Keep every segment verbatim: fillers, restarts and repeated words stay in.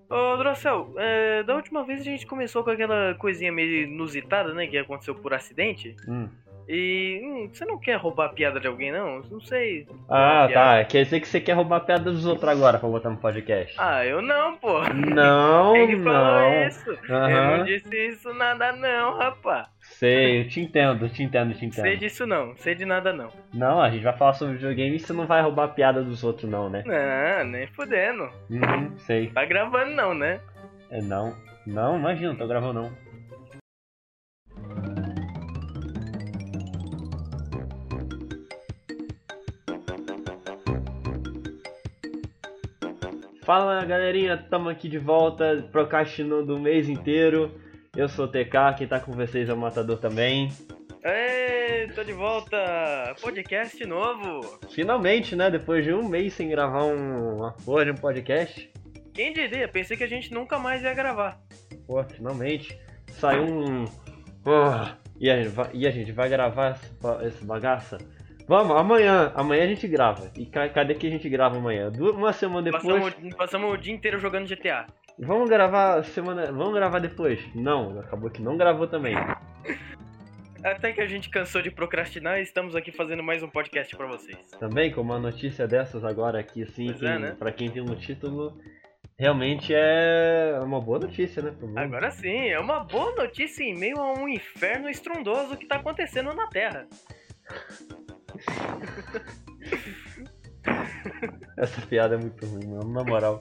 Ô, Dracel, é, da última vez a gente começou com aquela coisinha meio inusitada, né? Que aconteceu por acidente. Hum. E hum, você não quer roubar a piada de alguém, não? Não sei. Ah, tá. Quer dizer que você quer roubar a piada dos outros agora pra botar no podcast. Ah, eu não, pô. Não, Quem falou não. isso? Eu não Aham. disse isso nada não, rapá. Sei, eu te entendo, eu te entendo, eu te Sei entendo. disso não, sei de nada não. Não, a gente vai falar sobre videogame e você não vai roubar a piada dos outros não, né? Não, nem fudendo. Uhum, sei. Tá gravando não, né? É, não. Não, imagina, não tô gravando não. Fala galerinha, tamo aqui de volta, procrastinando o mês inteiro. Eu sou o T K, quem tá com vocês é o Matador também. Ê, tô de volta! Podcast novo! Finalmente, né? Depois de um mês sem gravar um, uma porra de um podcast. Quem diria? Pensei que a gente nunca mais ia gravar. Pô, finalmente. Saiu um. Oh, e, a, gente vai- e a gente vai gravar esse, ba- esse bagaça? Vamos, amanhã. Amanhã a gente grava. E ca- cadê que a gente grava amanhã? Du- Uma semana depois. Passamos, passamos o dia inteiro jogando G T A. Vamos gravar semana. Vamos gravar depois? Não, acabou que não gravou também. Até que a gente cansou de procrastinar e estamos aqui fazendo mais um podcast pra vocês. Também, com uma notícia dessas agora aqui, assim, Pois quem, é, né? pra quem viu no título, realmente é uma boa notícia, né? Pro mundo. Agora sim, é uma boa notícia em meio a um inferno estrondoso que tá acontecendo na Terra. Essa piada é muito ruim, mano, na moral.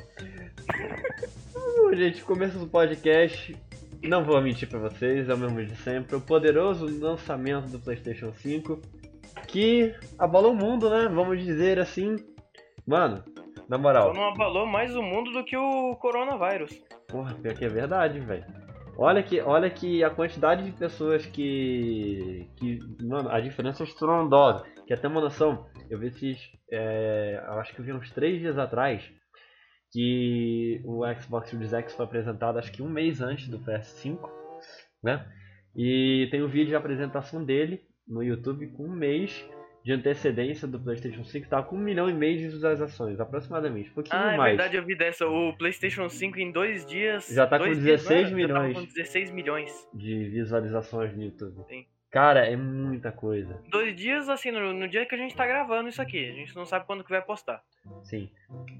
Bom, gente, começo do podcast. Não vou mentir pra vocês, é o mesmo de sempre. O poderoso lançamento do PlayStation cinco, que abalou o mundo, né? Vamos dizer assim. Mano, na Só moral, não abalou mais o mundo do que o coronavírus. porra, pior que é verdade, velho. Olha que, olha que a quantidade de pessoas que. que. Mano, a diferença é estrondosa. Que até uma noção, eu vi esses. É, eu acho que eu vi uns três dias atrás que o Xbox Series X foi apresentado acho que um mês antes do P S cinco, né? E tem um vídeo de apresentação dele no YouTube com um mês de antecedência do PlayStation cinco, tá com um milhão e meio de visualizações, aproximadamente, um pouquinho Ah, é mais. verdade, eu vi dessa. O PlayStation cinco em dois dias. Já tá com dois dias, dezesseis né? Já tava milhões. com dezesseis milhões. De visualizações no YouTube. Sim. Cara, é muita coisa. Dois dias, assim, no, no dia que a gente tá gravando isso aqui. A gente não sabe quando que vai postar. Sim.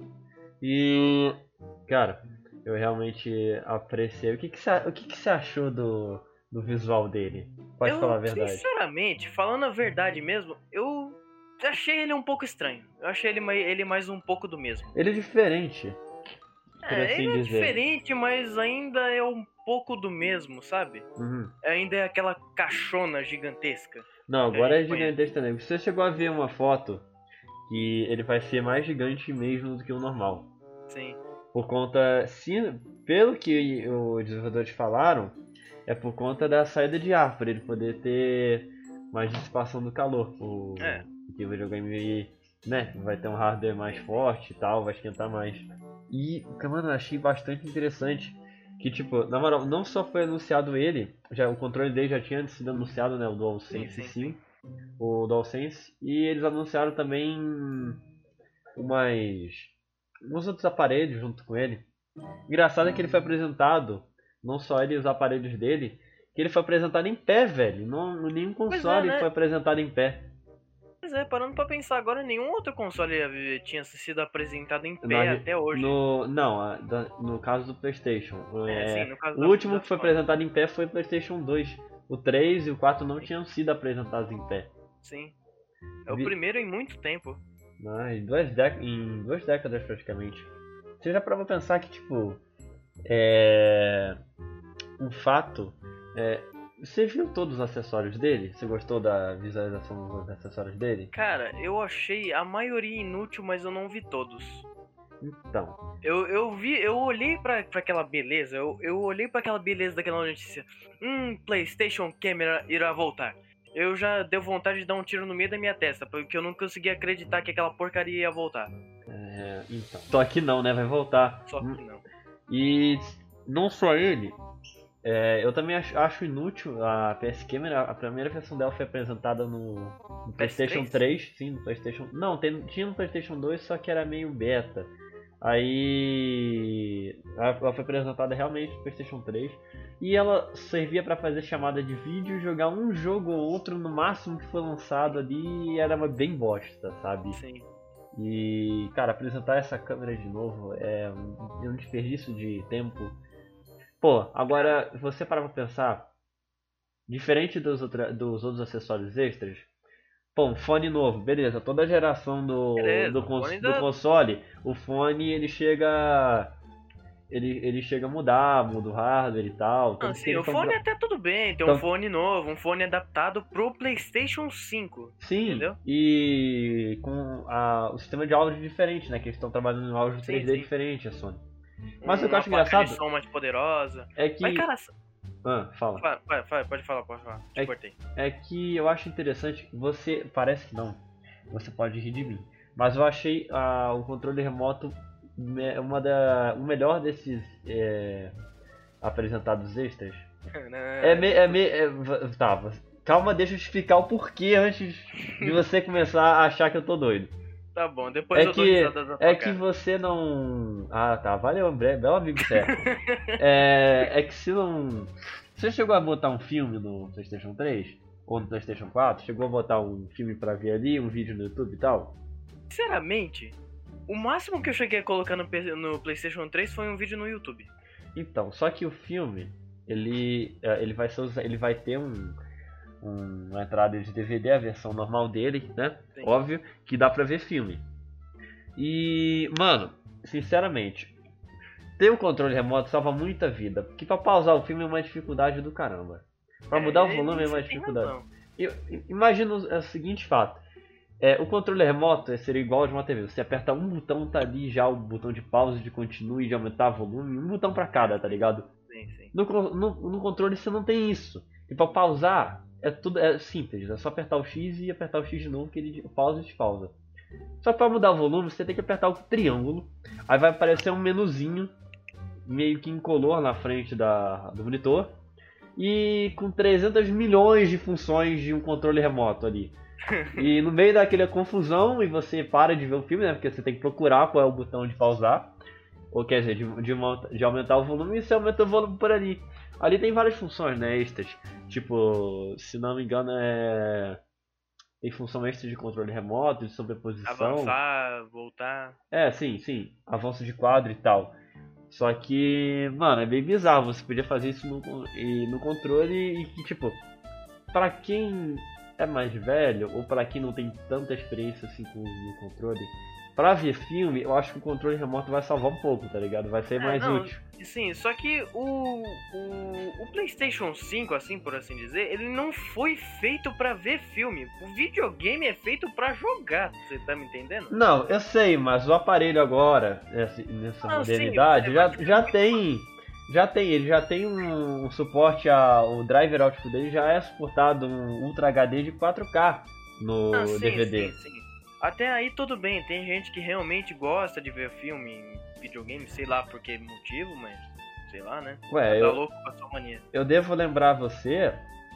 E, cara, eu realmente apreciei. O que que você, o que que você achou do, do visual dele? Pode eu, falar a verdade. sinceramente, falando a verdade mesmo, eu achei ele um pouco estranho. Eu achei ele, mai- ele mais um pouco do mesmo. Ele é diferente, por É, assim ele é dizer. diferente, mas ainda é um pouco do mesmo, sabe? Uhum. Ainda é aquela caixona gigantesca. Não, agora a é gente conhece. gigantesco também. Você chegou a ver uma foto que ele vai ser mais gigante mesmo do que o normal. Sim. Por conta, se, pelo que os desenvolvedores falaram, é por conta da saída de ar, para ele poder ter mais dissipação do calor. O, É. Porque o videogame, né, vai ter um hardware mais forte e tal, vai esquentar mais. E, mano, eu achei bastante interessante que, tipo, na moral, não só foi anunciado ele, já, o controle dele já tinha sido anunciado, né, o DualSense Sim, sim, sim, o DualSense, e eles anunciaram também umas, uns outros aparelhos junto com ele. Engraçado é que ele foi apresentado, não só ele e os aparelhos dele, que ele foi apresentado em pé, velho. Não, nenhum Pois console é, né? foi apresentado em pé. Pois é, parando pra pensar agora, nenhum outro console eh, tinha sido apresentado em pé Na- até hoje. No, não, a- da- no caso do PlayStation. É, É, sim, no caso o da- último da que foi Sony. apresentado em pé foi o PlayStation dois. O três e o quatro não tinham sido apresentados em pé. Sim. É o Vi- primeiro em muito tempo. Ah, em, duas dec- em duas décadas praticamente. Você já parou pra pensar que, tipo, é. Um fato. É, você viu todos os acessórios dele? Você gostou da visualização dos acessórios dele? Cara, eu achei a maioria inútil, mas eu não vi todos. Então, Eu, eu vi, eu olhei pra, pra aquela beleza, eu, eu olhei pra aquela beleza daquela notícia. Hum, PlayStation Camera irá voltar. Eu já deu vontade de dar um tiro no meio da minha testa, porque eu não conseguia acreditar que aquela porcaria ia voltar. é, então. Só que não, né? Vai voltar. Só que não. E não só ele, é, eu também acho, acho inútil a P S Camera. A primeira versão dela foi apresentada no, no PlayStation três, sim, no PlayStation. Não, tem, tinha no PlayStation dois, só que era meio beta. Aí Ela foi apresentada realmente no PlayStation três e ela servia para fazer chamada de vídeo, jogar um jogo ou outro no máximo que foi lançado ali e era uma bem bosta, sabe? Sim. E, cara, apresentar essa câmera de novo é um, é um desperdício de tempo. Pô, agora você para pra pensar, diferente dos, outra, dos outros acessórios extras, pô, um fone novo, beleza, toda a geração do, Beleza, do, o cons, fone do da- console, o fone ele chega. Ele, ele chega a mudar, muda o hardware e tal. Não, Tanto que sim, eles o tão fone tra- até tudo bem, tem tão- um fone novo, um fone adaptado pro PlayStation cinco. Sim, Entendeu? e com a, o sistema de áudio diferente, né? Que eles estão trabalhando em áudio Sim, três D sim. diferente, a Sony. Mas o que eu Uma acho placa de engraçado som mais poderosa. é que. Mas, cara, Ah, fala. vai, vai, vai, pode falar, pode falar. Te É- cortei. É que eu acho interessante que você. Parece que não. Você pode rir de mim. Mas eu achei ah, o controle remoto me- uma da, o melhor desses é, apresentados extras. É me, é me, é, v- tá, você- calma, deixa eu explicar o porquê antes de você começar a achar que eu tô doido. Tá bom, depois É eu dou que, risada da tua é que cara. você não. Ah, tá, valeu, André, belo amigo certo. É, é que se não. Você chegou a botar um filme no PlayStation três? Ou no PlayStation quatro? Chegou a botar um filme pra ver ali, um vídeo no YouTube e tal? Sinceramente, o máximo que eu cheguei a colocar no, P- no PlayStation três foi um vídeo no YouTube. Então, só que o filme, ele, é, ele, vai, ser, usa- ele vai ter um, um- uma entrada de D V D, a versão normal dele, né? Sim. Óbvio que dá pra ver filme. E, mano, sinceramente, ter o controle remoto salva muita vida. Porque pra pausar o filme é uma dificuldade do caramba. Pra mudar o É, volume é você uma tem dificuldade. razão. Eu, imagina o, é o seguinte fato. É, o controle remoto seria igual ao de uma T V. Você aperta um botão, tá ali já o botão de pausa, de continue, de aumentar o volume. Um botão pra cada, tá ligado? Sim, sim. No, con- no, no controle você não tem isso. E pra pausar, é tudo é simples. É só apertar o X e apertar o X de novo que ele pausa e despausa. Só que pra mudar o volume, você tem que apertar o triângulo. Aí vai aparecer um menuzinho meio que incolor na frente da, do monitor. E com trezentos milhões de funções de um controle remoto ali. E no meio daquela confusão, e você para de ver o filme, né? Porque você tem que procurar qual é o botão de pausar. Ou quer dizer, de, de, monta- de aumentar o volume, e você aumenta o volume por ali. Ali tem várias funções, né? Extras. Tipo, se não me engano, é. Tem função extra de controle remoto, de sobreposição. Avançar, voltar. É, sim, sim. Avanço de quadro e tal. Só que, mano, é bem bizarro. Você podia fazer isso no, con- e no controle e que, tipo, pra quem é mais velho ou pra quem não tem tanta experiência assim com o controle, pra ver filme, eu acho que o controle remoto vai salvar um pouco, tá ligado? Vai ser É, mais não, útil. Sim, só que o, o, o PlayStation cinco, assim por assim dizer, ele não foi feito pra ver filme. O videogame é feito pra jogar, você tá me entendendo? Não, eu sei, mas o aparelho agora, essa- nessa Não, sim, modernidade, é, já, mas- já tem. Já tem, ele já tem um, um suporte a. O driver output dele já é suportado um Ultra H D de quatro K no Ah, sim, D V D. sim, sim. Até aí tudo bem, tem gente que realmente gosta de ver filme em videogame, sei lá por que motivo, mas sei lá, né? Ué, Tá eu, louco com a sua mania. eu devo lembrar você,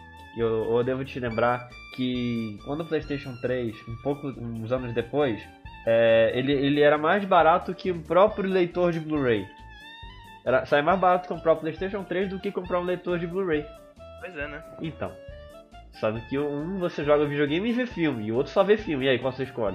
eu, eu devo te lembrar que quando o PlayStation três, um pouco, uns anos depois, é, ele, ele era mais barato que o próprio leitor de Blu-ray. Era, sai mais barato comprar o PlayStation três do que comprar um leitor de Blu-ray. Pois é, né? Então, sabe que um você joga videogame e vê filme, e o outro só vê filme. E aí, qual você escolhe?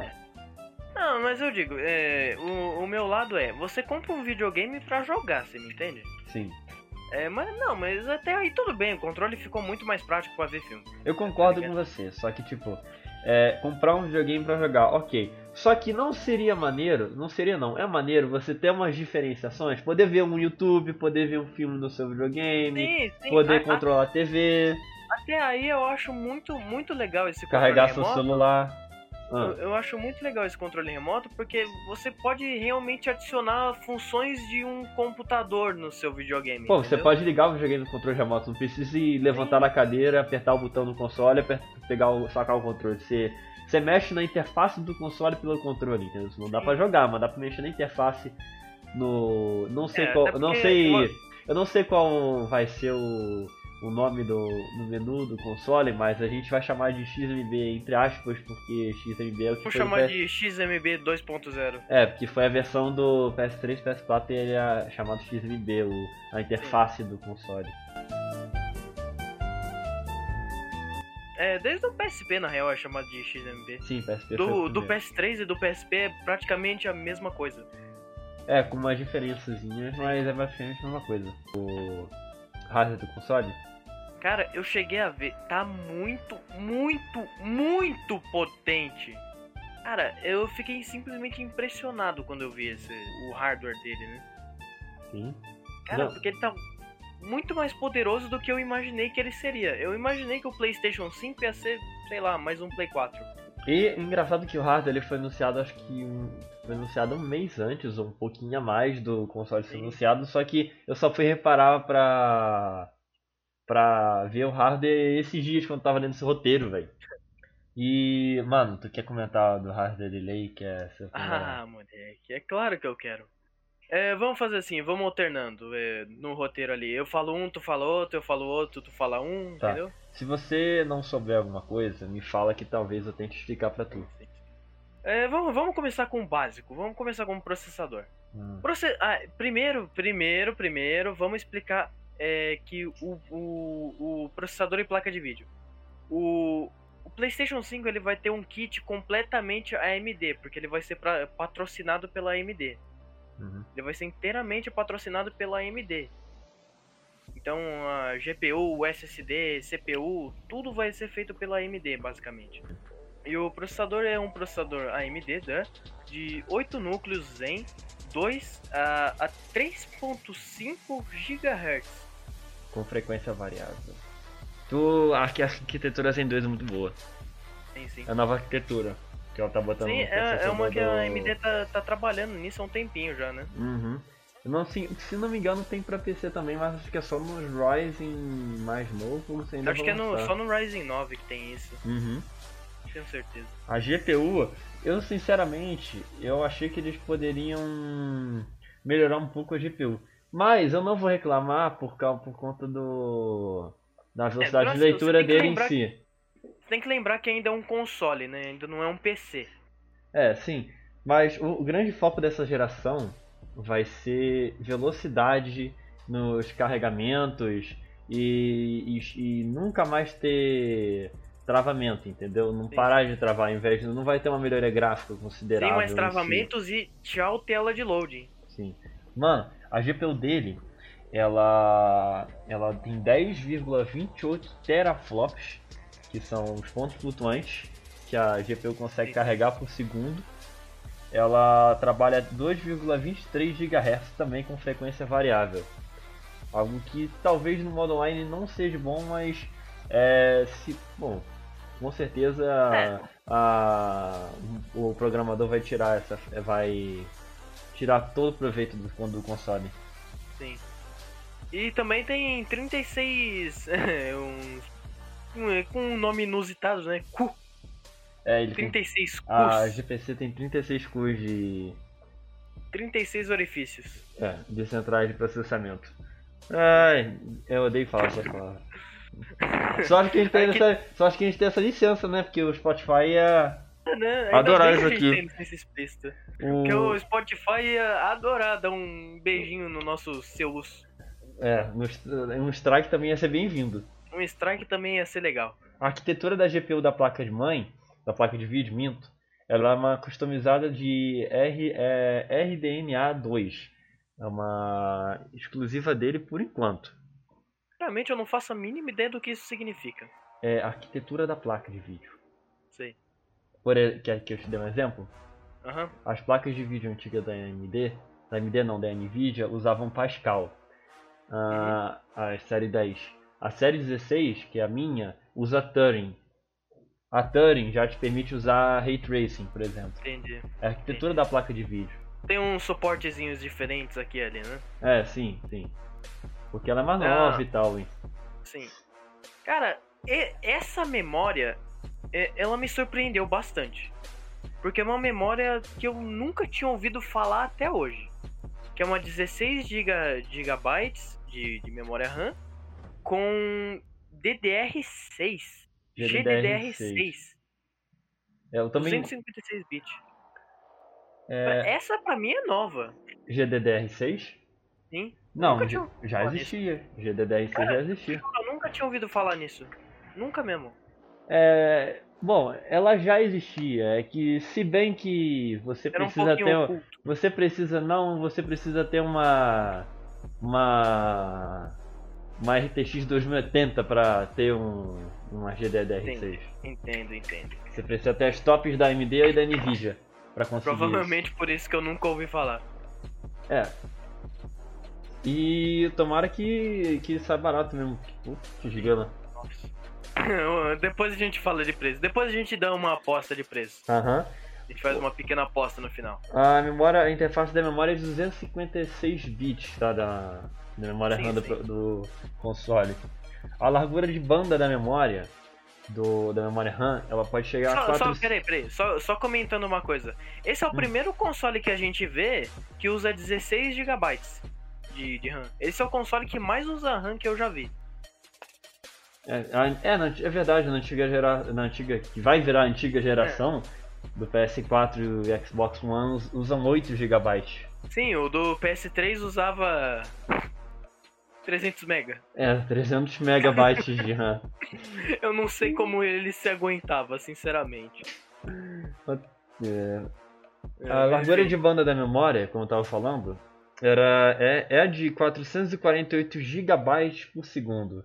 Não, mas eu digo, é, o, o meu lado é, você compra um videogame pra jogar, você me entende? Sim. É, mas não, mas até aí tudo bem, o controle ficou muito mais prático pra ver filme. Eu concordo Tá com ligado? você, só que tipo, é, comprar um videogame pra jogar, ok. Só que não seria maneiro, não seria não, é maneiro você ter umas diferenciações, poder ver um YouTube, poder ver um filme no seu videogame, Sim, sim. poder a- a- controlar a T V, até aí eu acho muito, muito legal esse carregar controle seu remoto. celular. Eu, Ah, eu acho muito legal esse controle remoto porque você pode realmente adicionar funções de um computador no seu videogame. Pô, você entendeu? pode ligar o videogame no controle remoto, não precisa ir levantar da cadeira, apertar o botão no console, aper- pegar o, sacar o controle. Você, você mexe na interface do console pelo controle, entendeu? Não dá Sim. pra jogar, mas dá pra mexer na interface no. Não sei É, qual. até Eu não porque sei. uma- Eu não sei qual vai ser o, o nome do, no menu do console, mas a gente vai chamar de X M B entre aspas, porque X M B é o que Vamos foi chamar o P S... de X M B dois ponto zero. É, porque foi a versão do P S três e P S quatro e ele é chamado X M B, o, a interface Sim. do console. É, desde o P S P na real é chamado de X M B. Sim, P S P do, do P S três e do P S P é praticamente a mesma coisa. É, com umas diferençazinhas, mas é basicamente a mesma coisa. O hardware do console? Cara, eu cheguei a ver, tá muito, muito, muito potente. Cara, eu fiquei simplesmente impressionado quando eu vi esse, o hardware dele, né? Sim. Cara, Não. porque ele tá muito mais poderoso do que eu imaginei que ele seria. Eu imaginei que o PlayStation cinco ia ser, sei lá, mais um Play quatro. E engraçado que o hardware ele foi anunciado, acho que um, foi anunciado um mês antes, ou um pouquinho a mais do console ser anunciado, só que eu só fui reparar pra, pra ver o hardware esses dias quando eu tava lendo esse roteiro, velho. E, mano, tu quer comentar do hardware delay, que é... Ah, moleque, é claro que eu quero. É, vamos fazer assim, vamos alternando é, no roteiro ali. Eu falo um, tu fala outro, eu falo outro, tu fala um, tá. Entendeu? Se você não souber alguma coisa, me fala que talvez eu tente explicar pra tu. É, vamos, vamos começar com o básico, vamos começar com o processador. Hum. Proce ah, primeiro, primeiro, primeiro, vamos explicar é, que o, o, o processador e placa de vídeo. O, o PlayStation cinco ele vai ter um kit completamente A M D, porque ele vai ser pra, patrocinado pela A M D. Uhum. Ele vai ser inteiramente patrocinado pela A M D. Então a G P U, o S S D, C P U, tudo vai ser feito pela A M D basicamente. E o processador é um processador A M D, né, de oito núcleos Zen, dois a, a três ponto cinco gigahertz. Com frequência variável. Tu acha que a arquitetura Zen dois é muito boa? Sim, sim. É a nova arquitetura. Que ela tá botando. Sim, é, é uma que a A M D tá, tá trabalhando nisso há um tempinho já, né? Uhum. Não, se, se não me engano tem pra P C também, mas acho que é só no Ryzen mais novo. Você ainda acho que é no, só no Ryzen nove que tem isso. Uhum. Tenho certeza. A G P U, eu sinceramente, eu achei que eles poderiam melhorar um pouco a G P U. Mas eu não vou reclamar por, causa, por conta do da velocidade é, de leitura dele em si. Você tem que lembrar que ainda é um console, né? Ainda não é um P C. É, sim. Mas o, o grande foco dessa geração vai ser velocidade nos carregamentos e, e, e nunca mais ter travamento, entendeu? Não Sim. parar de travar, ao invés de não vai ter uma melhoria gráfica considerável. Tem mais travamentos e tchau tela de loading. Sim. Mano, a G P U dele, ela ela tem dez vírgula vinte e oito teraflops, que são os pontos flutuantes que a G P U consegue Sim. carregar por segundo. Ela trabalha dois vírgula vinte e três gigahertz também com frequência variável. Algo que talvez no modo online não seja bom, mas é, se, bom, com certeza é. a, o programador vai tirar essa, vai tirar todo o proveito do, do console. Sim. E também tem trinta e seis um, um, com um nome inusitado, né? Q. É, ele trinta e seis tem, a G P C tem trinta e seis Qs de... trinta e seis orifícios. É, de centrais de processamento. Ai, eu odeio falar essa palavra. Sorte que a gente tem, Aqui... essa, sorte que a gente tem essa licença, né? Porque o Spotify ia né? adorar isso aqui. O... Porque o Spotify ia adorar dar um beijinho no nosso seus. É, um strike também ia ser bem-vindo. Um strike também ia ser legal. A arquitetura da G P U da placa de mãe, da placa de vídeo, minto, ela é uma customizada de R, é, R D N A dois. É uma exclusiva dele por enquanto. Realmente eu não faço a mínima ideia do que isso significa. É a arquitetura da placa de vídeo. Sei. Por, quer que eu te dê um exemplo? Uhum. As placas de vídeo antigas da A M D, da A M D não, da Nvidia, usavam Pascal. Ah, uhum. A série dez. A série dezesseis, que é a minha, usa Turing. A Turing já te permite usar Ray Tracing, por exemplo. Entendi. É a arquitetura Entendi. da placa de vídeo. Tem uns suportezinhos diferentes aqui e ali, né? É, sim, sim. Porque ela é mais nova ah, e tal, hein? Sim. Cara, e, essa memória, ela me surpreendeu bastante. Porque é uma memória que eu nunca tinha ouvido falar até hoje. Que é uma dezesseis gigabytes de, de memória RAM com D D R seis. G G D D R seis. É, eu também. duzentos e cinquenta e seis bits. É... Essa pra mim é nova. G D D R seis? Sim. Não, Nunca já, tinha já falar existia. G D D R seis Cara, já existia. Eu nunca tinha ouvido falar nisso. Nunca mesmo. É, bom, ela já existia. É que se bem que você Era um precisa pouquinho ter, oculto. você precisa não, você precisa ter uma uma uma R T X dois mil e oitenta para ter um uma G D D R seis. Entendo, entendo. Você precisa ter as tops da A M D e da Nvidia para conseguir. Provavelmente isso. por isso que eu nunca ouvi falar. É. E tomara que que saia barato mesmo. Putz, que grana. Nossa. Depois a gente fala de preço. Depois a gente dá uma aposta de preço. Aham. A gente faz uma pequena aposta no final. A memória, a interface da memória é de duzentos e cinquenta e seis bits, tá? Da, da memória Sim, RAM do, sim. do console. A largura de banda da memória, do, da memória RAM, ela pode chegar Só, a quatro... só, peraí, peraí. Só, só comentando uma coisa. Esse é o Hum. primeiro console que a gente vê que usa dezesseis gigabytes de, de RAM. Esse é o console que mais usa RAM que eu já vi. É, é, na- é verdade, na antiga geração, na antiga, que vai virar a antiga geração do P S quatro e Xbox One us- usam oito gigabytes. Sim, o do P S três usava trezentos mega. É, trezentos megabytes de RAM. Eu não sei como ele se aguentava, sinceramente. É, É, a largura enfim. de banda da memória, como eu tava falando, era, é, é de quatrocentos e quarenta e oito gigabytes por segundo.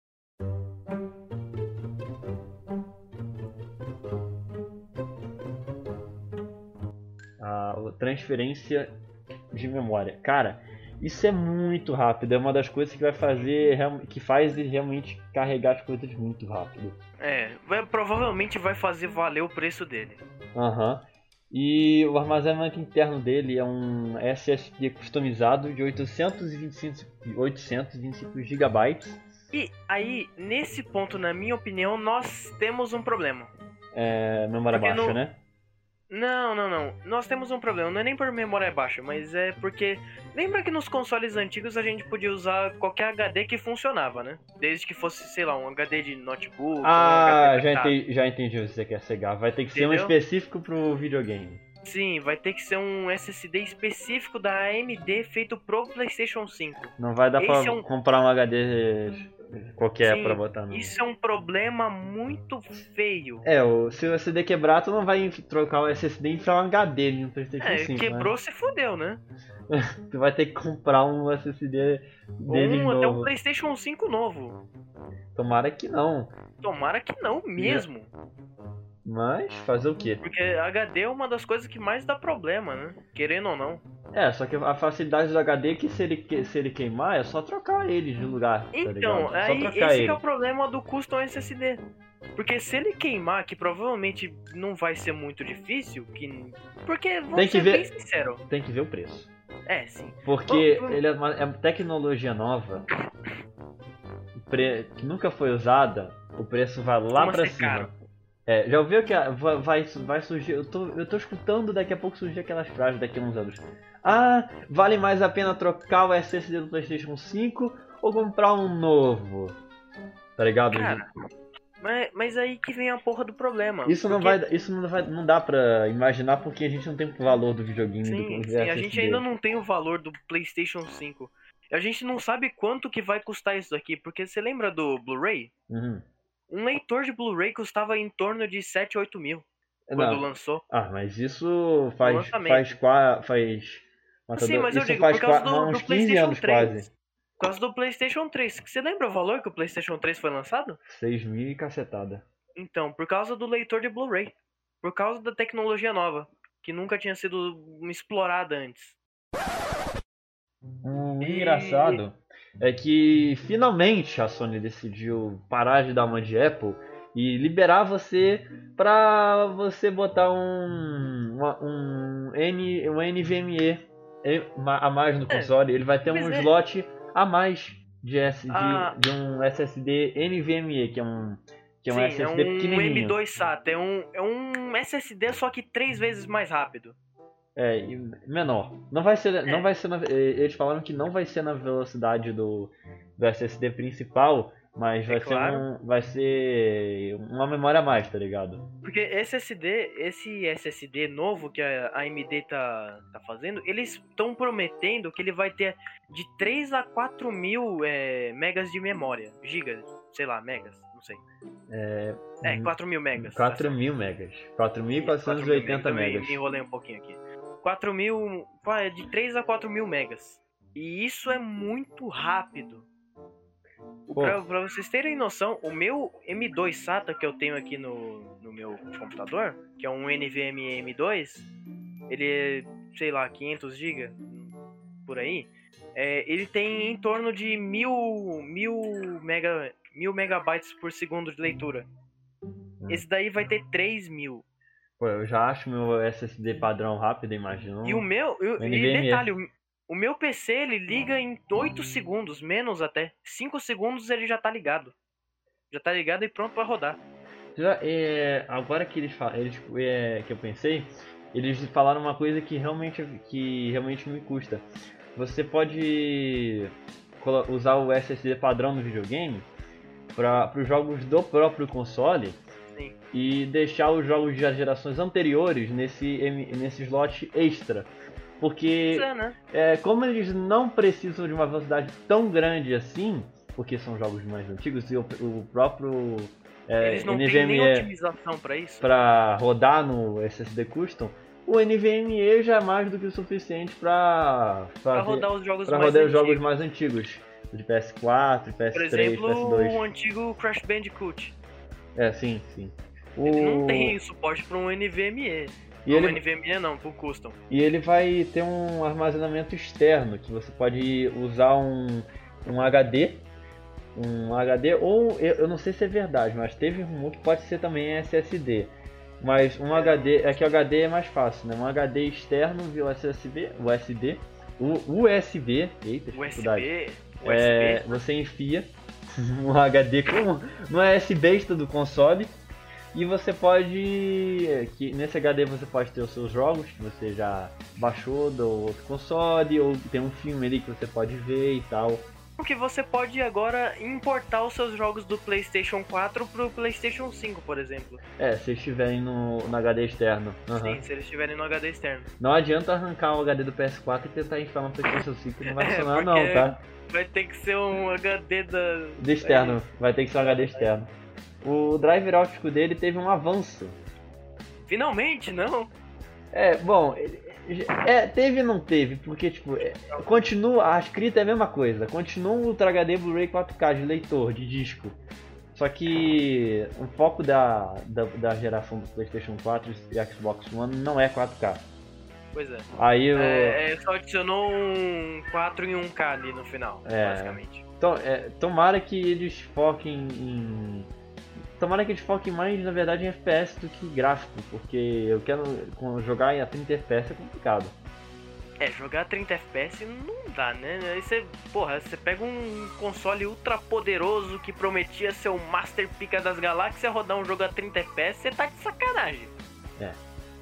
A transferência de memória. Cara, isso é muito rápido. É uma das coisas que vai fazer, real- que faz ele realmente carregar as coisas muito rápido. É, vai- provavelmente vai fazer valer o preço dele. Aham. E o armazenamento interno dele é um S S D customizado de oitocentos e vinte e cinco, oitocentos e vinte e cinco gigabytes. E aí, nesse ponto, na minha opinião, nós temos um problema. É, memória Porque baixa, no- né? Não, não, não. Nós temos um problema. Não é nem por memória baixa, mas é porque. Lembra que nos consoles antigos a gente podia usar qualquer H D que funcionava, né? Desde que fosse, sei lá, um H D de notebook. ou um Ah, H D já adaptado. entendi, já entendi o que você quer cegar. Vai ter que ser um Entendeu? específico pro videogame. Sim, vai ter que ser um S S D específico da A M D feito pro PlayStation cinco. Não vai dar Esse pra é um- comprar um H D qualquer Sim, pra botar no... Isso é um problema muito feio. É, o, se o S S D quebrar, tu não vai enf- trocar o S S D e enfiar um H D no PlayStation É, cinco, quebrou, se fudeu, né? né? Tu vai ter que comprar um S S D Ou deles um, até um novo. PlayStation cinco novo. Tomara que não. Tomara que não mesmo. Mas fazer o quê? Porque H D é uma das coisas que mais dá problema, né? Querendo ou não. É, só que a facilidade do H D é que se ele, que- se ele queimar, é só trocar ele de lugar, tá Então, ligado? É só aí trocar esse que ele. é o problema do custom S S D. Porque se ele queimar, que provavelmente não vai ser muito difícil, que... porque vamos Tem que ser ver- bem sincero. Tem que ver o preço. É, sim. Porque Vamos- ele é uma é uma tecnologia nova, pre- que nunca foi usada, o preço vai lá Costuma pra ser cima. caro. É, já ouviu que a- vai, vai, vai surgir. Eu tô, eu tô escutando daqui a pouco surgir aquelas frases daqui a uns anos. Ah, vale mais a pena trocar o S S D do PlayStation cinco ou comprar um novo? Tá ligado? Cara, mas, mas aí que vem a porra do problema. Isso não porque- vai, isso não vai, não dá pra imaginar porque a gente não tem o valor do videogame Sim, do sim, a S S D. gente ainda não tem o valor do PlayStation cinco. A gente não sabe quanto que vai custar isso daqui, porque você lembra do Blu-ray? Uhum. Um leitor de Blu-ray custava em torno de sete, oito mil quando Não. lançou. Ah, mas isso faz lançamento. faz qua- faz Sim, mas eu isso digo, faz por causa qua- do, uns do quinze PlayStation anos três. quase. Por causa do PlayStation três. Você lembra o valor que o PlayStation três foi lançado? seis mil e cacetada. Então, por causa do leitor de Blu-ray. Por causa da tecnologia nova, que nunca tinha sido explorada antes. O E- engraçado é que finalmente a Sony decidiu parar de dar uma de Apple e liberar você pra você botar um uma- um, N, um NVMe e- ma- a mais no console. Ele vai ter mas um é- slot a mais de, S, de, Ah. de um S S D NVMe, que é um, que é um Sim, S é S D um pequenininho. M dois SATA. É um, é um S S D só que três vezes mais rápido. É, e menor. Não vai ser, É. não vai ser na, eh, eles falaram que não vai ser na velocidade do do S S D principal, mas vai, É claro. ser um, vai ser uma memória a mais, tá ligado? Porque esse S S D, esse S S D novo que a A M D tá, tá fazendo, eles estão prometendo que ele vai ter de três a quatro mil é, megas de memória. Gigas, sei lá, megas, não sei. É, É, quatro mil megas. quatro mil megas. quatro mil quatrocentos e oitenta megas. Me enrolei um pouquinho aqui. quatro mil, é de três a quatro mil megas. E isso é muito rápido. Pra, pra vocês terem noção, o meu M dois SATA que eu tenho aqui no, no meu computador, que é um NVMe M dois, ele é, sei lá, quinhentos gigas, por aí, é, ele tem em torno de mil, mil, mega, mil megabytes por segundo de leitura. Esse daí vai ter três mil. Pô, eu já acho meu S S D padrão rápido, imagina. E o meu, eu, e detalhe, o, o meu P C ele liga em oito segundos, menos até. cinco segundos ele já tá ligado. Já tá ligado e pronto pra rodar. Já, é, agora que eles falam, eles, é, que eu pensei, eles falaram uma coisa que realmente, que realmente me custa. Você pode usar o S S D padrão no videogame para os jogos do próprio console. Sim. E deixar os jogos de gerações anteriores nesse, nesse slot extra. Porque, é, né? é, como eles não precisam de uma velocidade tão grande assim, porque são jogos mais antigos e o, o próprio é, eles não NVMe têm nem otimização para isso. Para rodar no S S D Custom, o NVMe já é mais do que o suficiente para rodar os jogos, pra mais, rodar antigos. Os jogos mais antigos. De P S quatro, P S três, Por exemplo, P S dois. o antigo Crash Bandicoot. É, sim, sim. Ele o... não tem suporte para um NVMe. E não, ele... um NVMe não, para o Custom. E ele vai ter um armazenamento externo, que você pode usar um, um H D. Um H D, ou eu, eu não sei se é verdade, mas teve um que pode ser também S S D. Mas um H D, é que o H D é mais fácil, né? Um H D externo via U S B, U S B, o U S B, eita, dificuldade. U S B, é, você enfia um H D com, no U S B extra do console e você pode, que nesse H D você pode ter os seus jogos que você já baixou do outro console, ou tem um filme ali que você pode ver e tal. Porque você pode agora importar os seus jogos do PlayStation quatro pro PlayStation cinco, por exemplo. É, se eles estiverem no, no H D externo. Uhum. Sim, se eles estiverem no H D externo. Não adianta arrancar o H D do P S quatro e tentar instalar no PlayStation cinco, não vai funcionar é, não, tá? Vai ter que ser um H D da... De externo, vai ter que ser um H D externo. O driver óptico dele teve um avanço. Finalmente, não? É, bom, é, teve e não teve, porque tipo, é, continua, a escrita é a mesma coisa, continua um Ultra H D Blu-ray quatro K de leitor, de disco. Só que o foco da, da, da geração do PlayStation quatro e Xbox One não é quatro K. Pois é. Aí eu... é, só adicionou um quatro em um K ali no final, é, basicamente. Então, é, tomara que eles foquem em... Tomara que eles foquem mais, na verdade, em F P S do que gráfico, porque eu quero jogar em a trinta F P S é complicado. É, jogar trinta F P S não dá, né? Aí você, porra, você pega um console ultra poderoso que prometia ser o Master Pica das Galáxias, rodar um jogo a trinta F P S, você tá de sacanagem. É.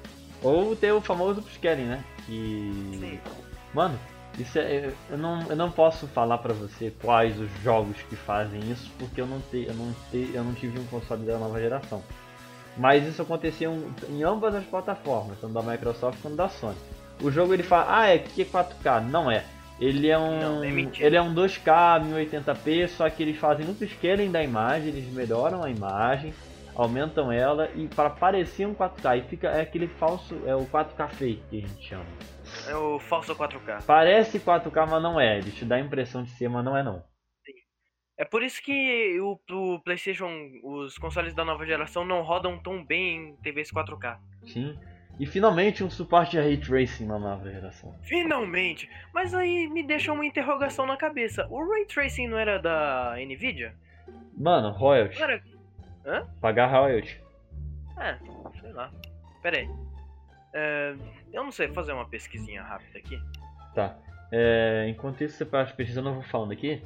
Ou ter o famoso upscaling, né? Que... Sim. Mano, isso é, eu, não, eu não posso falar pra você quais os jogos que fazem isso, porque eu não, te, eu, não te, eu não tive um console da nova geração. Mas isso acontecia em ambas as plataformas, tanto da Microsoft quanto da Sony. O jogo ele fala, ah, é que é quatro K. Não é. Ele é um, não, é ele é um dois K mil e oitenta p, só que eles fazem upscaling da imagem, eles melhoram a imagem, aumentam ela e para parecer um quatro K. E fica é aquele falso, é o quatro K fake que a gente chama. É o falso quatro K. Parece quatro K, mas não é. Ele te dá a impressão de ser, mas não é não. Sim. É por isso que o, o PlayStation, os consoles da nova geração não rodam tão bem em T Vs quatro K. Sim. E finalmente um suporte a Ray Tracing na nova geração. Finalmente! Mas aí me deixa uma interrogação na cabeça. O Ray Tracing não era da Nvidia? Mano, royalty. Não era... Hã? Pagar royalty. É, sei lá. Pera aí. É, eu não sei, vou fazer uma pesquisinha rápida aqui. Tá. É, enquanto isso você está pesquisando, eu vou falando aqui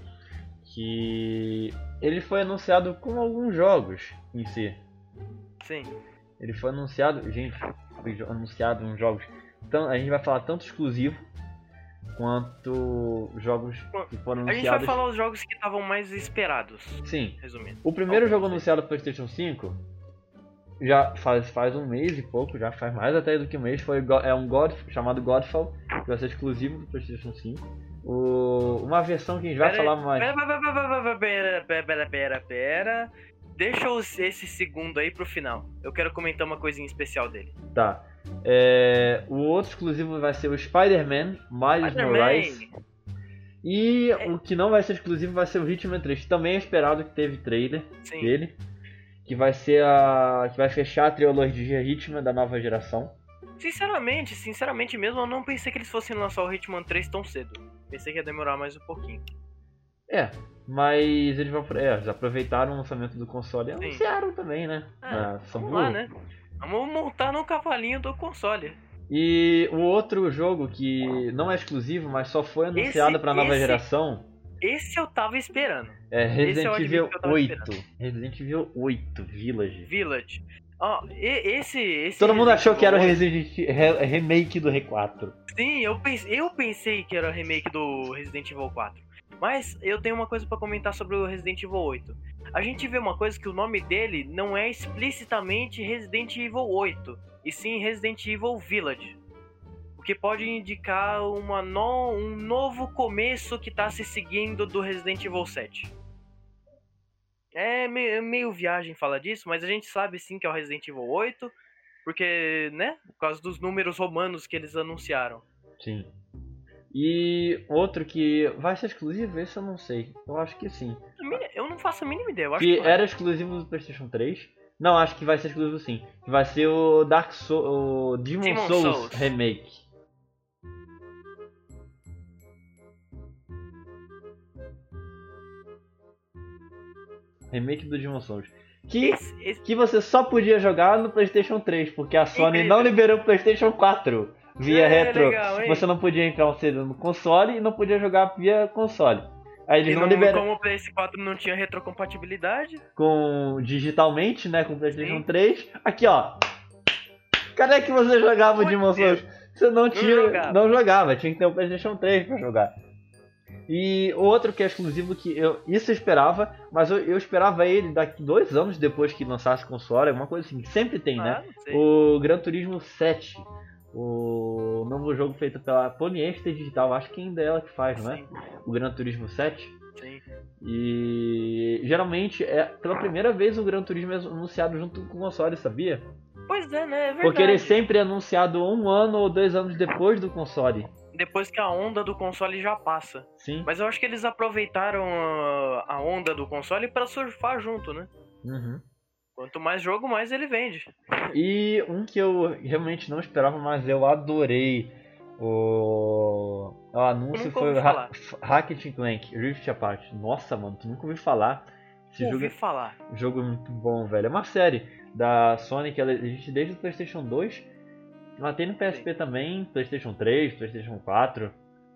que ele foi anunciado com alguns jogos em si. Sim. Ele foi anunciado, gente, foi anunciado uns jogos. Então, a gente vai falar tanto exclusivo quanto jogos que foram A gente anunciados. vai falar os jogos que estavam mais esperados. Sim. Resumindo. O primeiro Alguns, jogo sim. anunciado pro PlayStation cinco já faz, faz um mês e pouco, já faz mais até do que um mês, foi, Go- é um God, chamado Godfall, que vai ser exclusivo do PlayStation cinco. O, uma versão que a gente vai Pera- falar mais. Pera, pera, pera, pera, pera, pera, pera, pera. Deixa os- esse segundo aí pro final. Eu quero comentar uma coisinha especial dele. Tá. É, o outro exclusivo vai ser o Spider-Man Miles Morales. Spider-Man. E É. o que não vai ser exclusivo vai ser o Hitman três. Também é esperado que teve trailer Sim. dele. Que vai ser a. que vai fechar a trilogia Hitman da nova geração. Sinceramente, sinceramente mesmo, eu não pensei que eles fossem lançar o Hitman três tão cedo. Pensei que ia demorar mais um pouquinho. É, mas eles vão. É, eles aproveitaram o lançamento do console e Sim. anunciaram também, né? É, Na São vamos Paulo. lá, né? Vamos montar no cavalinho do console. E o outro jogo que não é exclusivo, mas só foi anunciado Esse- pra nova esse- geração Esse eu tava esperando. é Resident eu admito Evil que eu tava oito. Resident Evil oito Village. Village. Ó, e- esse, esse. Todo mundo Resident achou que era o Evil Resident Re- remake do R quatro. oito, sim, eu pensei, eu pensei que era o remake do Resident Evil quatro. Mas eu tenho uma coisa pra comentar sobre o Resident Evil oito. A gente vê uma coisa que o nome dele não é explicitamente Resident Evil oito, e sim Resident Evil Village. O que pode indicar uma no- um novo começo que tá se seguindo do Resident Evil sete. É meio, meio viagem falar disso, mas a gente sabe sim que é o Resident Evil oito, porque, né, por causa dos números romanos que eles anunciaram. Sim. E outro que vai ser exclusivo, esse eu não sei. Eu acho que sim. A minha- Eu não faço a mínima ideia, eu acho Que que vai. era exclusivo do PlayStation três. Não, acho que vai ser exclusivo sim. Que vai ser o Dark Souls, o Demon, Demon Souls, Souls. Remake. Remake do Demon Souls. Que, Esse, esse- que você só podia jogar no PlayStation três, porque a Sony Incrível. não liberou o PlayStation quatro via É, retro. legal, hein? Você não podia entrar um C D no console e não podia jogar via console. Aí eles e não não, liberaram como o P S quatro não tinha retrocompatibilidade, com digitalmente, né, com o PlayStation Sim. três. Aqui, ó. Cadê que você jogava o Putz, Demon Souls? Você não tinha, jogava. não jogava, tinha que ter o PlayStation três pra jogar. E outro que é exclusivo que eu isso eu esperava, mas eu, eu esperava ele daqui dois anos depois que lançasse o console, alguma coisa assim, que sempre tem, ah, né? não sei. O Gran Turismo sete, o novo jogo feito pela Polyester Digital, acho que ainda é ela que faz, não é? Sim, O Gran Turismo sete. sim. E geralmente é pela primeira vez o Gran Turismo é anunciado junto com o console, sabia? Pois é, né? É verdade. Porque ele sempre é anunciado um ano ou dois anos depois do console. Depois que a onda do console já passa. Sim. Mas eu acho que eles aproveitaram a, a onda do console pra surfar junto, né? Uhum. Quanto mais jogo, mais ele vende. E um que eu realmente não esperava, mas eu adorei. O, o anúncio Nunca foi ouvi o falar. Ha- Ratchet and Clank Rift Apart. Nossa, mano, tu nunca ouviu falar. Esse jogo, Ouvi é- falar. jogo é muito bom, velho. É uma série da Sony que ela existe desde o PlayStation dois. Ela tem no P S P também, PlayStation três, PlayStation quatro.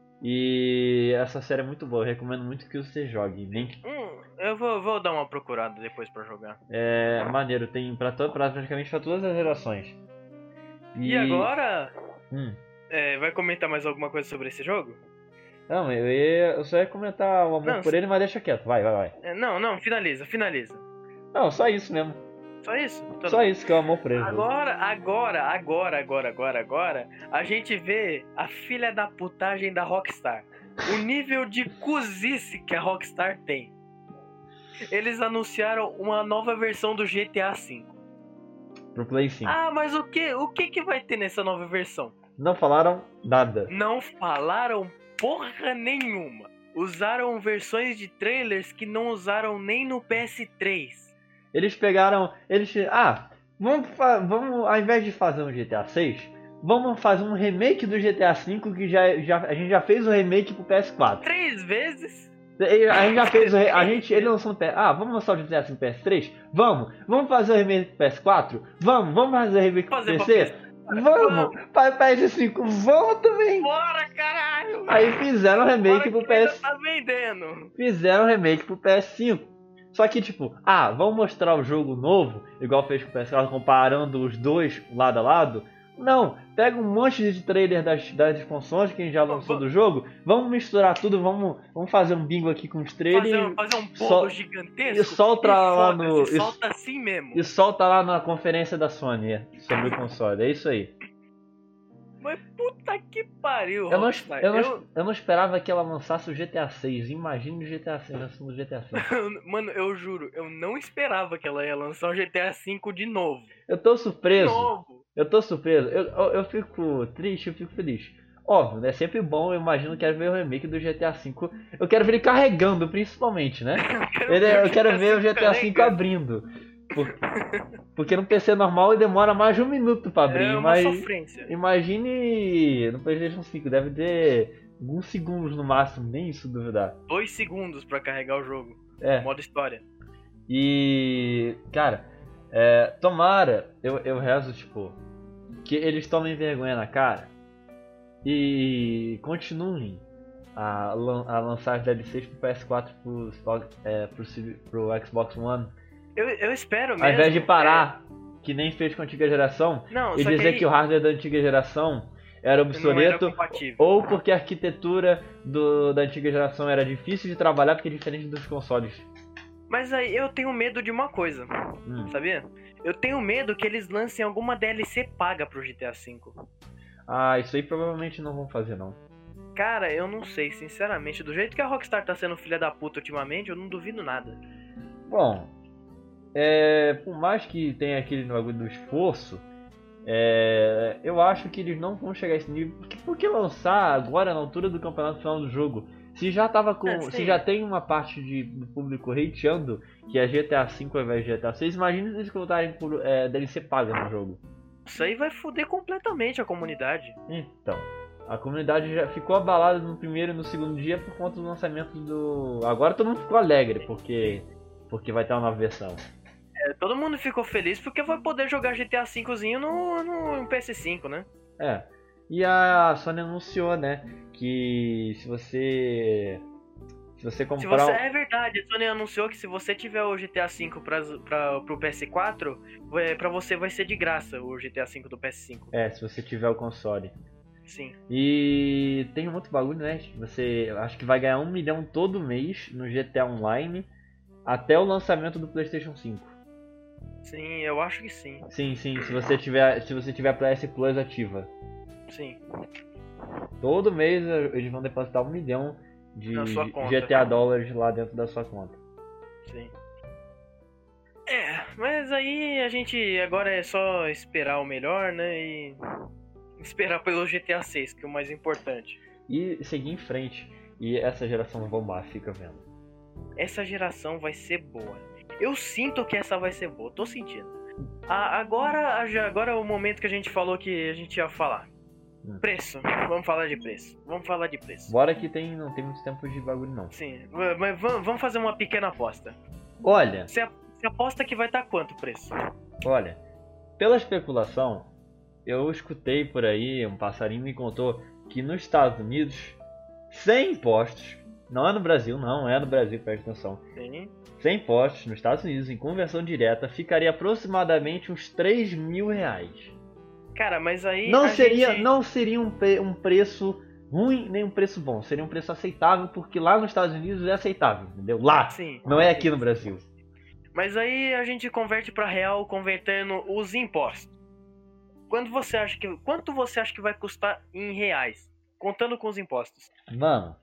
E essa série é muito boa, eu recomendo muito que você jogue. Nem que Hum, eu vou, vou dar uma procurada depois pra jogar. é maneiro, tem pra, to- pra praticamente pra todas as gerações. E, agora, Hum. é, vai comentar mais alguma coisa sobre esse jogo? Não, eu, ia, eu só ia comentar o amor Não, por ele, mas deixa quieto, vai, vai, vai. É, não, não, finaliza, finaliza. Não, só isso mesmo. Só isso? Tudo Só bem. isso que é o amor por ele. Agora, agora, agora, agora, agora, agora, a gente vê a filha da putagem da Rockstar. O nível de cozice que a Rockstar tem. Eles anunciaram uma nova versão do G T A cinco. Pro Play cinco. Ah, mas o que, o que que vai ter nessa nova versão? Não falaram nada. Não falaram porra nenhuma. Usaram versões de trailers que não usaram nem no P S três. Eles pegaram. Eles. Ah, vamos, fa- vamos. Ao invés de fazer um G T A seis, vamos fazer um remake do G T A cinco que já, já, a gente já fez o remake pro P S quatro. Três vezes? A gente já fez o re... a gente, ele lançou no P S... Ah, vamos lançar o G T A cinco P S três? Vamos! Vamos fazer o remake pro P S quatro? Vamos! Vamos fazer o remake pro Fazer P pra C? P S? Vamos! Para P S cinco, vamos também! Bora, caralho! Aí fizeram o remake Bora pro que P S... ainda tá vendendo. Fizeram o remake pro P S cinco. Só que tipo, ah, vamos mostrar o jogo novo, igual fez com o P S quatro, comparando os dois lado a lado. Não, pega um monte de trailer das, das expansões que a gente já lançou do jogo, vamos misturar tudo, vamos, vamos fazer um bingo aqui com os trailers. Fazer, fazer um bolo sol, gigantesco e solta e lá no. E solta assim mesmo. E solta lá na conferência da Sony sobre o console, é isso aí. Mas puta que pariu, eu não, Rockstar. eu, não, eu... eu não esperava que ela lançasse o G T A seis. Imagine o G T A seis lançando o G T A cinco. Mano, eu juro, eu não esperava que ela ia lançar o G T A cinco de novo. Eu tô surpreso. De novo. Eu tô surpreso. Eu, eu, eu fico triste, eu fico feliz. Óbvio, é sempre bom, eu imagino que quero ver o remake do G T A cinco. Eu quero ver ele carregando, principalmente, né? Eu quero, ele, ver, eu quero ver o G T A cinco abrindo. Por, porque no P C normal demora mais de um minuto pra abrir. É uma mas sofrência. Imagine no PlayStation cinco, deve ter alguns segundos no máximo, nem isso duvidar. Dois segundos pra carregar o jogo. É. Modo história. E, cara, é, tomara, eu, eu rezo, tipo, que eles tomem vergonha na cara e continuem a, a lançar as D L Cs pro P S quatro pro, é, pro, pro Xbox One. Eu, eu espero mesmo. Ao invés de parar, é... que nem fez com a antiga geração, não, e dizer que, aí... que o hardware da antiga geração era obsoleto, era ou porque a arquitetura do, da antiga geração era difícil de trabalhar porque é diferente dos consoles. Mas aí eu tenho medo de uma coisa, hum. sabia? Eu tenho medo que eles lancem alguma D L C paga pro G T A cinco. Ah, isso aí provavelmente não vão fazer, não. Cara, eu não sei, sinceramente. Do jeito que a Rockstar tá sendo filha da puta ultimamente, eu não duvido nada. Bom, é, por mais que tenha aquele bagulho do esforço, é, eu acho que eles não vão chegar a esse nível. Porque, por que lançar agora na altura do campeonato final do jogo? Se já tava com. É, se já tem uma parte de, do público hateando que é G T A cinco ao invés de G T A seis, imagina se eles colocarem por é, D L C paga no jogo. Isso aí vai foder completamente a comunidade. Então, a comunidade já ficou abalada no primeiro e no segundo dia por conta do lançamento do. Agora todo mundo ficou alegre porque, porque vai ter uma nova versão. É, todo mundo ficou feliz porque vai poder jogar G T A cincozinho no, no P S cinco, né? É. E a Sony anunciou, né, que se você se você comprar... Se você, é verdade, a Sony anunciou que se você tiver o G T A cinco pra, pra, pro P S quatro, pra você vai ser de graça o G T A cinco do P S cinco. É, se você tiver o console. Sim. E tem um outro bagulho, né, você acho que vai ganhar um milhão todo mês no G T A Online até o lançamento do PlayStation cinco. Sim, eu acho que sim. Sim, sim, se você tiver, se você tiver a P S Plus ativa. Sim. Todo mês eles vão depositar um milhão de G T A dólares lá dentro da sua conta. Sim. É, mas aí a gente agora é só esperar o melhor, né? E esperar pelo G T A seis, que é o mais importante. E seguir em frente. E essa geração bombar, fica vendo. Essa geração vai ser boa. Eu sinto que essa vai ser boa, tô sentindo. Ah, agora, agora é o momento que a gente falou que a gente ia falar. Preço, vamos falar de preço. Vamos falar de preço. Bora que tem, não tem muito tempo de bagulho não. Sim, mas vamos fazer uma pequena aposta. Olha. Você aposta que vai estar quanto o preço? Olha, pela especulação, eu escutei por aí, um passarinho me contou que nos Estados Unidos, sem impostos, não é no Brasil, não é no Brasil, presta atenção. Sim. Sem impostos, nos Estados Unidos, em conversão direta, ficaria aproximadamente uns três mil reais. Cara, mas aí não seria, gente... não seria um, um preço ruim nem um preço bom, seria um preço aceitável, porque lá nos Estados Unidos é aceitável, entendeu? Lá, sim, não é sim. aqui no Brasil. Mas aí a gente converte para real convertendo os impostos. Quanto você acha que, quanto você acha que vai custar em reais, contando com os impostos? Mano,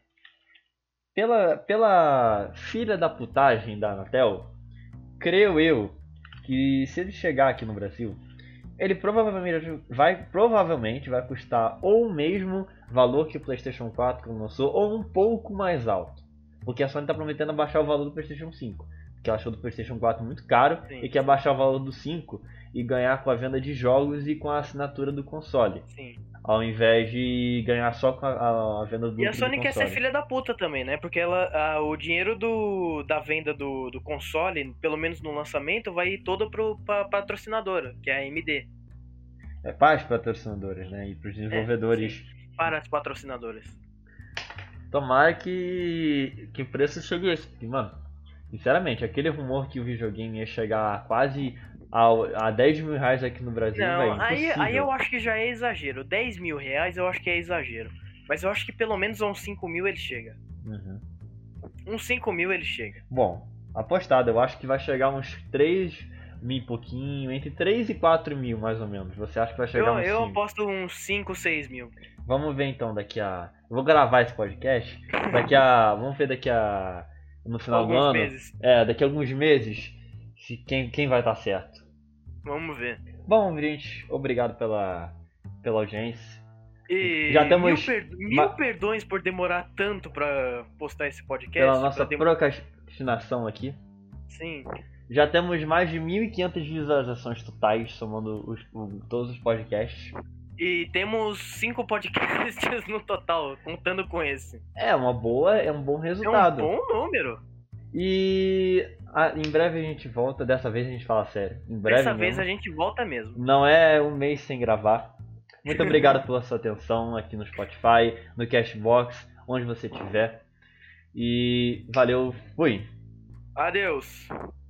pela, pela filha da putagem da Anatel, creio eu que se ele chegar aqui no Brasil, ele provavelmente vai, provavelmente vai custar ou o mesmo valor que o PlayStation quatro que lançou, ou um pouco mais alto. Porque a Sony está prometendo abaixar o valor do PlayStation cinco. Que ela achou do PlayStation quatro muito caro. Sim. E quer abaixar o valor do cinco e ganhar com a venda de jogos e com a assinatura do console. Sim. Ao invés de ganhar só com a, a venda do console. E a Sony quer ser filha da puta também, né? Porque ela, a, o dinheiro do, da venda do, do console, pelo menos no lançamento, vai ir todo pro, pra patrocinadora, que é a A M D. É para as patrocinadoras, né? E para os desenvolvedores. É, para as patrocinadoras. Tomara que, que o preço chegue a esse. Mano, sinceramente, aquele rumor que o videogame ia chegar a quase a, a dez mil reais aqui no Brasil, Não, velho, aí, impossível. aí eu acho que já é exagero. dez mil reais eu acho que é exagero. Mas eu acho que pelo menos uns cinco mil ele chega. Uhum. Uns cinco mil ele chega. Bom, apostado, eu acho que vai chegar uns três mil e pouquinho, entre três e quatro mil mais ou menos. Você acha que vai chegar Eu, uns eu cinco? aposto uns cinco, seis mil. Vamos ver então daqui a... Eu vou gravar esse podcast. Daqui a... Vamos ver daqui a... No final Alguns do ano. meses. É, daqui a alguns meses. Se quem, quem vai estar certo. Vamos ver. Bom, gente, obrigado pela, pela audiência. E Já temos mil, per- mil ma- perdões por demorar tanto pra postar esse podcast. Pela nossa pra dem- procrastinação aqui. Sim. Já temos mais de mil e quinhentas visualizações totais, somando os- o- todos os podcasts. E temos cinco podcasts no total, contando com esse. É uma boa, é um bom É um resultado. bom número. E ah, em breve a gente volta, dessa vez a gente fala sério. Em breve Dessa vez mesmo. a gente volta mesmo. Não é um mês sem gravar. Muito obrigado pela sua atenção aqui no Spotify, no Cashbox, onde você estiver. E valeu, fui! Adeus.